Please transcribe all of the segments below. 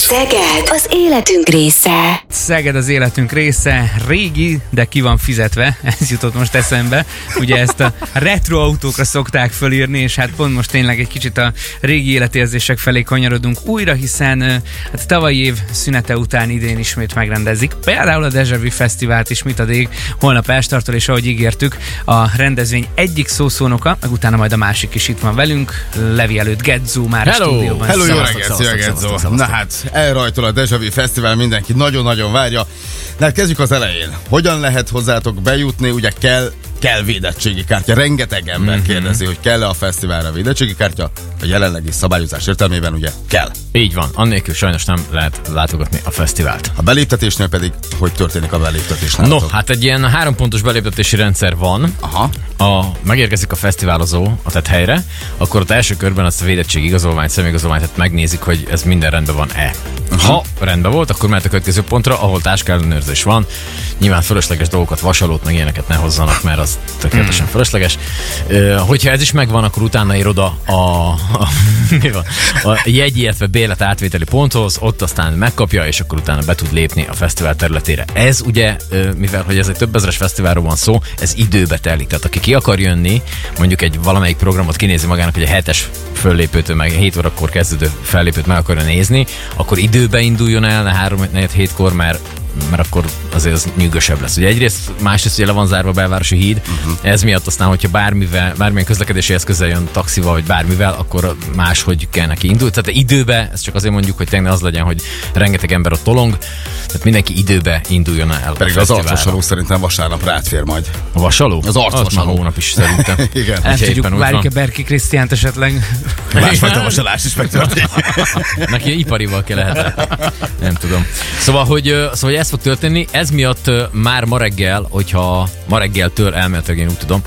Szeged az életünk része. Szeged az életünk része, régi, de ki van fizetve, ez jutott most eszembe. Ugye ezt a retro autókra szokták fölírni, és hát pont most tényleg egy kicsit a régi életérzések felé kanyarodunk újra, hiszen hát tavalyi év szünete után idén ismét megrendezik. Például a Déjà Vu Fesztivált is, mit addig, holnap elstartol, és ahogy ígértük, a rendezvény egyik szószónoka, meg utána majd a másik is itt van velünk, Levi előtt Gedzó már a stúdióban. Hello, jó reggelt, szia Gedzó. Na hát, elrajtol a Déjà Vu Fesztivál, mindenki nagyon-nagyon várja. Na, kezdjük az elején. Hogyan lehet hozzátok bejutni? Ugye kell védettségi kártya. Rengeteg ember kérdezi, hogy kell-e a fesztiválra védettségi kártya. A jelenlegi szabályozás értelmében ugye kell. Így van, annélkül sajnos nem lehet látogatni a fesztivált. A beléptetésnél pedig hogy történik a beléptetés? No, hát egy ilyen 3 pontos beléptetési rendszer van. Aha. Megérkezik a fesztiválozó a tett helyre, akkor az első körben azt a védettségi igazolványt, személyigazolványt, tehát megnézik, hogy ez minden rendben van-e. Ha rendben volt, akkor mehet a következő pontra, ahol táskellenőrzés van. Nyilván fölösleges dolgokat, vasalót, meg ilyeneket ne hozzanak, mert az tökéletesen fölösleges. Hogyha ez is megvan, akkor utána ér oda a jegy, illetve bérlet átvételi ponthoz, ott aztán megkapja, és akkor utána be tud lépni a fesztivál területére. Ez ugye, mivel hogy ez egy több ezeres fesztiválról van szó, ez időbe telik. Tehát aki ki akar jönni, mondjuk egy valamelyik programot kinézi magának, hogy a 7-es föllépőtől, meg 7 órakor kezdődő fellépőt meg akarja nézni, akkor időbe induljon el, 3-4-7-kor, mert akkor azért az nyűgösebb lesz. Ugye egyrészt, másrészt ugye le van zárva a belvárosi híd, ez miatt aztán, hogyha bármilyen közlekedési eszközzel jön, taxival vagy bármivel, akkor máshogy kell neki indulni. Tehát időbe, ezt csak azért mondjuk, hogy tényleg az legyen, hogy rengeteg ember ott tolong, tehát mindenki időbe induljon el. Pedig az arcvasaló szerintem vasárnap rátfér majd. A vasaló? Az arcvasaló. Hónap is szerintem. Igen. Nem tudjuk, várjuk-e Berki Krisztiánt esetleg? Másfajta vasalás is megtörténik. Neki iparival kell lehet. Nem tudom. Szóval, hogy ez fog történni, ez miatt már ma reggel, hogyha ma reggeltől elméletileg én úgy tudom,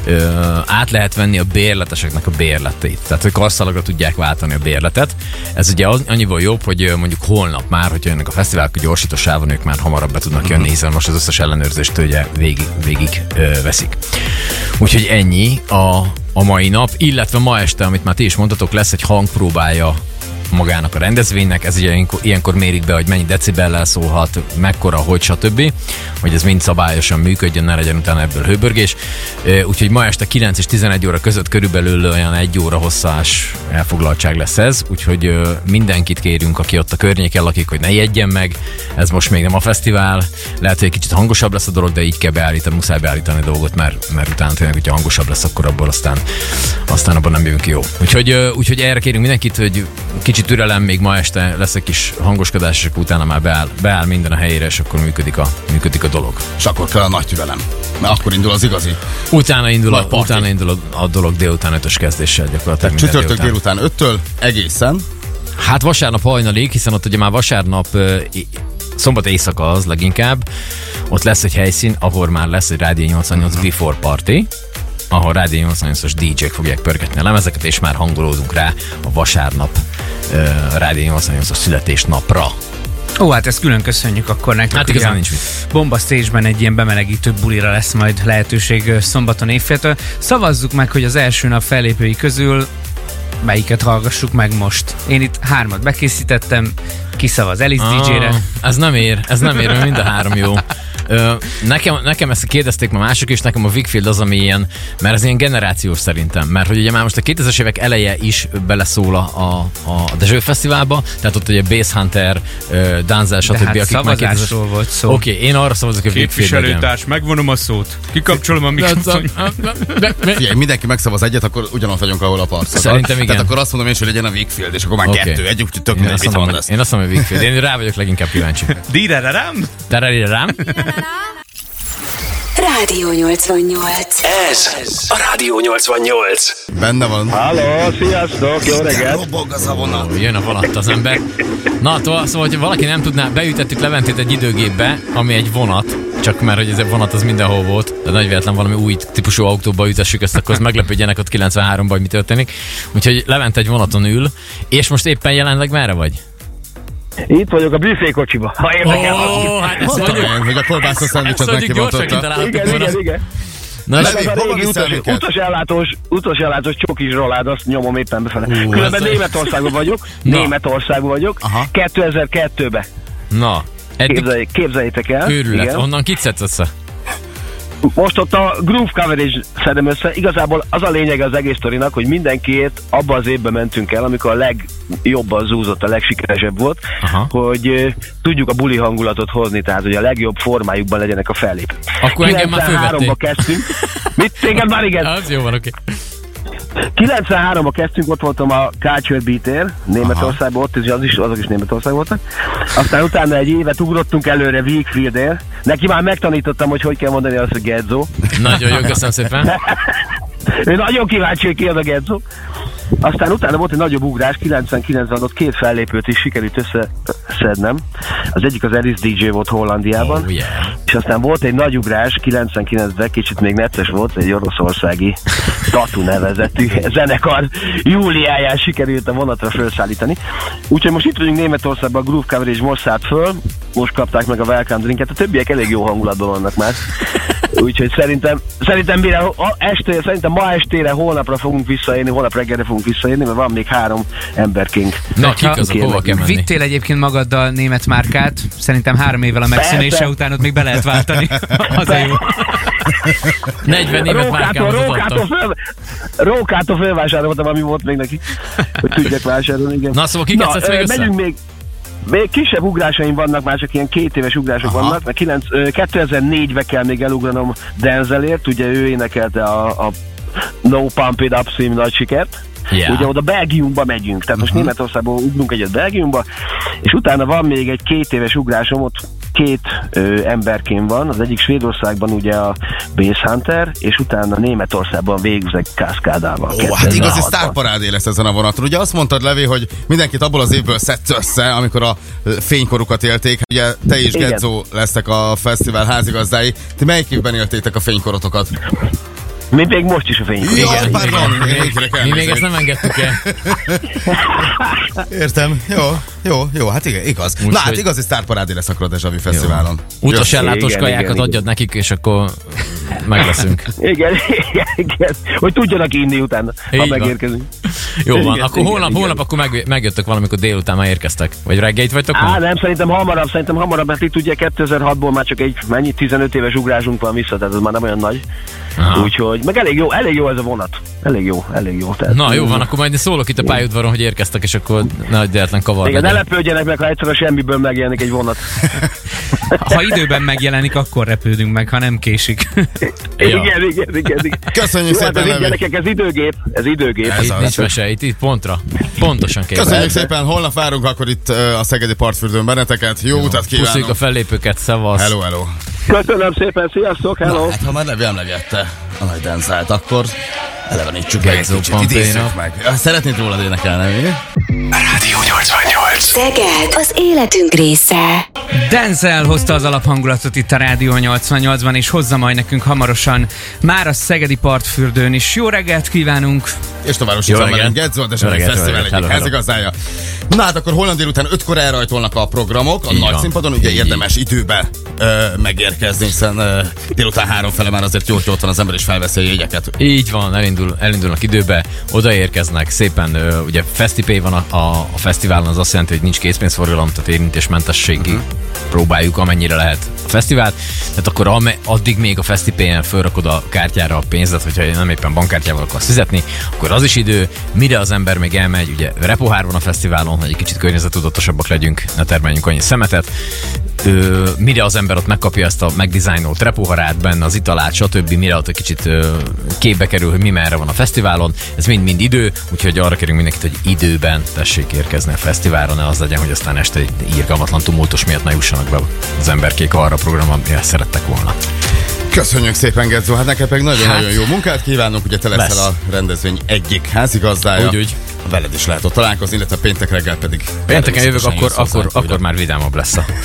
át lehet venni a bérleteseknek a bérleteit. Tehát, hogy karszalagra tudják váltani a bérletet. Ez ugye annyiból jobb, hogy mondjuk holnap már, hogyha jönnek a fesztiválok, gyorsító sávon, ők már hamarabb be tudnak jönni, hiszen most az összes ellenőrzést ugye végig veszik. Úgyhogy ennyi a mai nap, illetve ma este, amit már ti is mondtatok, lesz egy hangpróbája magának a rendezvénynek, ez ugye ilyenkor mérik be, hogy mennyi decibellel szólhat, mekkora, hogy stb. Hogy ez mind szabályosan működjön, ne legyen utána ebből hőbörgés. Úgyhogy ma este 9 és 11 óra között körülbelül olyan 1 óra hosszás elfoglaltság lesz ez, úgyhogy mindenkit kérünk, aki ott a környéken lakik, hogy ne jegyen meg. Ez most még nem a fesztivál, lehet, hogy egy kicsit hangosabb lesz a dolog, de így kell beállítani, muszáj beállítani a dolgot, mert utána tényleg, hogyha hangosabb lesz, akkor abból aztán abban nem jövünk jó. Úgyhogy erre kérünk mindenkit, hogy kicsit türelem, még ma este lesz egy kis hangoskodás, és utána már beáll minden a helyére, és akkor működik a dolog. És akkor kell a nagy türelem. Mert akkor indul az igazi. Utána indul a dolog délután 5-ös kezdéssel gyakorlatilag. Csütörtök délután 5-től egészen. Hát vasárnap hajnalig, hiszen ott ugye már vasárnap szombat éjszaka az leginkább. Ott lesz egy helyszín, ahol már lesz egy Rádió 88 Before Party, ahol Rádió 88-as DJ-k fogják pörgetni a lemezeket, és már hangolódunk rá a vasárnap Rádió 88-as születésnapra. Ó, hát ezt külön köszönjük akkor nektek. Hát igazán nincs mit. Bomba Stage-ben egy ilyen bemelegítő bulira lesz majd lehetőség szombaton éjféltől. Szavazzuk meg, hogy az első nap fellépői közül melyiket hallgassuk meg most. Én itt 3 bekészítettem, kiszavaz Alice DJ-re. Ez nem ér, mert mind a 3 jó. Nekem ezt kérdezték ma mások is, nekem a Wickfield az, ami ilyen, mert ez ilyen generációs szerintem, mert hogy ugye már most a 2000-es évek eleje is beleszól a Déjà Vu Fesztiválba, tehát ott ugye Bass Hunter, Danzel, stb. De hát akik szavazásról volt szó. Oké, én arra szavazok, hogy Wickfield legyen. Képviselőtárs, megvonom a szót, kikapcsolom a mikrofon. Figyelj, mindenki megszavaz egyet, akkor ugyanott vagyunk, ahol a parszak. Szerintem igen. Tehát akkor azt mondom én, hogy legyen a Wickfield, és akkor már 2, egy tök én azt mondom, hogy Wickfield. Én rá vagyok leginkább kíváncsi. Díraram? Rádió 88. Ez a Rádió 88. Benne van. Halló, sziasztok, jó reggelt! Robog az a vonat. Jön a vonat az ember. Na, szóval, hogyha valaki nem tudná, beütettük Leventét egy időgépbe, ami egy vonat, csak mert hogy ez a vonat az mindenhol volt, de nagy véletlen valami új típusú autóba ütessük ezt, akkor meglepődjenek ott 93-ban, hogy mi történik. Úgyhogy Levent egy vonaton ül, és most éppen jelenleg merre vagy? Itt vagyok a büfékocsiba, ha érdekel. Hát ezt mondjuk, hogy a kolbászos szendvicset neki gyorsan vontotta. kitaláltuk volna. Igen. Na, Ez Levi, a hova régi viszel minket? utasellátós csokis rolád, azt nyomom éppen befele. Különben az- Németországban vagyok. Aha. 2002-ben. Na, eddig Képzeljétek el. őrület. Igen. Onnan kit szedsz össze? Most ott a Groove Coverage szedem össze. Igazából az a lényege az egész sztorinak, hogy mindenkiért abban az évben mentünk el, amikor a legjobban zúzott, a legsikeresebb volt, Aha. hogy tudjuk a buli hangulatot hozni, tehát hogy a legjobb formájukban legyenek a fellépők. Akkor engem már 93-ba fölvették. kezdtünk. Mit? Téged már igen. Az jó van, oké. 93-ba kezdtünk, ott voltam a Culture Beat-ér, Németországban, ott azok is Németország voltak. Aztán utána egy évet ugrottunk előre Wakefield-ér. Neki már megtanítottam, hogy kell mondani azt, hogy Gedzo. Nagyon jó, köszönöm szépen. Ő nagyon kíváncsi, hogy ki az a Gedzo. Aztán utána volt egy nagyobb ugrás, 99-ben ott 2 fellépőt is sikerült összeszednem. Az egyik az Alice DJ volt Hollandiában. Oh, yeah. És aztán volt egy nagy ugrás 99-ben, kicsit még necces volt, egy oroszországi Tatu nevezetű zenekar júliáján sikerült a vonatra felszállítani. Úgyhogy most itt vagyunk Németországban, a Groove Coverage most szállt föl, most kapták meg a welcome drinket, a többiek elég jó hangulatban vannak már. Úgyhogy szerintem ma estére, holnapra fogunk visszaérni, holnap reggelre fogunk visszaérni, mert van még 3 emberkénk. Na, kik azok, hova kell menni? Vittél egyébként magaddal német márkát, szerintem 3 évvel a megszűnése Persze. után ott még be lehet váltani. Az a jó. 40 német márkámat adtam. Rókától fölvásároltam, ami volt még neki, hogy tudjak vásárolni. Igen. Na, szóval kiket szedsz még össze? Megyünk még kisebb ugrásaim vannak, már csak ilyen 2 éves ugrások vannak, mert 2004-be kell még elugranom Denzelért, ugye ő énekelte a No Pump It Up című nagy sikert. Yeah. Ugye oda Belgiumba megyünk, tehát most Németországból ugrunk egyet Belgiumba, és utána van még egy 2 éves ugrásom, ott 2 emberként van, az egyik Svédországban ugye a Base Hunter, és utána Németországban végzek Cascadával. Ó, hát igazi 2006-ban. sztárparádé lesz ezen a vonaton. Ugye azt mondtad, Levi, hogy mindenkit abból az évből szedsz össze, amikor a fénykorukat élték. Ugye te és Igen. Gedzo lesztek a fesztivál házigazdái. Ti melyik évben éltétek a fénykorotokat? Mi még most is a fény. Jaj, pardon, Mi még ezt nem engedtük el. Értem, jó, hát igen, igaz. Na hát hogy- igazi sztárparádé lesz akkor a Deja Vu Fesztiválon. Utasellátós Igen, kajákat igen, adjad nekik, és akkor meg leszünk. Igen, hogy tudjanak inni utána, Így ha van. megérkezünk. Jó van, Igen, akkor igen, holnap igen. akkor megjöttök valamikor délután, már érkeztek. Vagy reggel itt vagytok Á, már? nem, szerintem hamarabb, mert itt ugye 2006-ból már csak egy 15 éves ugrásunk van vissza, tehát ez már nem olyan nagy. Aha. Úgyhogy, meg elég jó ez a vonat. Elég jó. Tehát, Na jó van, akkor majd én szólok itt a pályaudvaron, hogy érkeztek, és akkor ne egyáltalán kavar igen, ne legyen. lepődjenek meg, ha egyszer a semmiből megjelenik egy vonat. Ha időben megjelenik, akkor repődünk meg, ha nem késik. Ja. Igen. Köszönjük Jó, hát szépen, ez így, Levi. gyerekek, ez időgép. Ez Itt az. nincs mese, itt pontra. Pontosan kell. Köszönjük szépen, holnap várunk akkor itt a Szegedi Partfürdőn benneteket. Jó utat Pusziljuk kívánok. a fellépőket, szevasz. Hello. Köszönöm szépen, sziasztok, hello! Na, hát ha már Levi emlegette a nagy Denzelt, akkor elevenítsük meg egy Gedzo kicsit, Pampéna. idézzük meg. Szeretnéd rólad énekelni, mi? Rádió 88. Szeged, az életünk része. Denzel hozta az alaphangulatot itt a Rádió 88-ban, és hozza majd nekünk hamarosan már a Szegedi Partfürdőn is. Jó reggelt kívánunk! És tovább is Jó itt van reggelt. velünk Gedzo, a Jó Deja Vu reggelt, jó Fesztivál reggelt. egyik Hello. házigazdája. Na hát akkor holnap délután 5-kor elrajtolnak a programok, a Így nagy van. színpadon, ugye Így. érdemes időbe megérkezni, hiszen délután 3 fele már azért jó, hogy ott van az ember és felveszi a jegyeket. Így van, elindulnak időbe, odaérkeznek, szépen, ugye FestiPay van a fesztiválon, az azt jelenti, hogy nincs készpénzforgalom, tehát érintésmentességi próbáljuk amennyire lehet a fesztivált, tehát akkor addig még a FestiPay-en fölrakod a kártyára a pénzet, hogyha nem éppen bankkártyával akarsz fizetni, akkor az is idő, mire az ember még elmegy, ugye repohár van a fesztiválon, hogy egy kicsit környezettudatosabbak legyünk, ne termeljünk annyi szemetet, mire az ember ott megkapja ezt a megdizájnolt repoharát, benne az italát, stb. Mire ott egy kicsit képbe kerül, hogy mi merre van a fesztiválon, ez mind idő, úgyhogy arra kérünk mindenkit, hogy időben tessék érkezni a fesztiválra, ne az legyen, hogy aztán este egy irgalmatlan tumultus miatt ne jussanak be az emberkék arra a programra, amire szerettek volna. Köszönjük szépen, Gedzo, hát neked pedig nagyon-nagyon jó munkát kívánunk, ugye te leszel Lesz. a rendezvény egyik házigazdája. Úgy. Veled is lehet ott találkozni, illetve péntek reggel pedig. Pénteken jövök, természetesen jössz hozzánk akkor újra. már vidámabb lesz a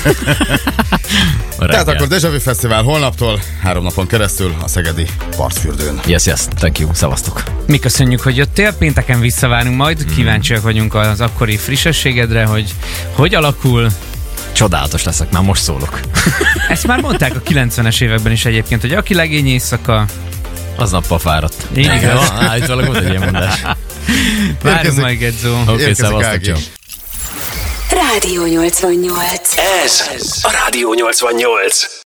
Tehát reggel. akkor Deja Vu Fesztivál holnaptól 3 napon keresztül a Szegedi Partfürdőn. Yes, thank you, szevasztok. Mi köszönjük, hogy jöttél, pénteken visszavárunk majd, kíváncsiak vagyunk az akkori frissességedre, hogy alakul. Csodálatos leszek, már most szólok. Ezt már mondták a 90-es években is egyébként, hogy aki legény éjszaka, Aznap fáradt. Igen. Állítólag volt egy ilyen mondás. Várjunk majd, Gedzó. Oké, szevasztok, csak. Rádió 88. Ez a Rádió 88.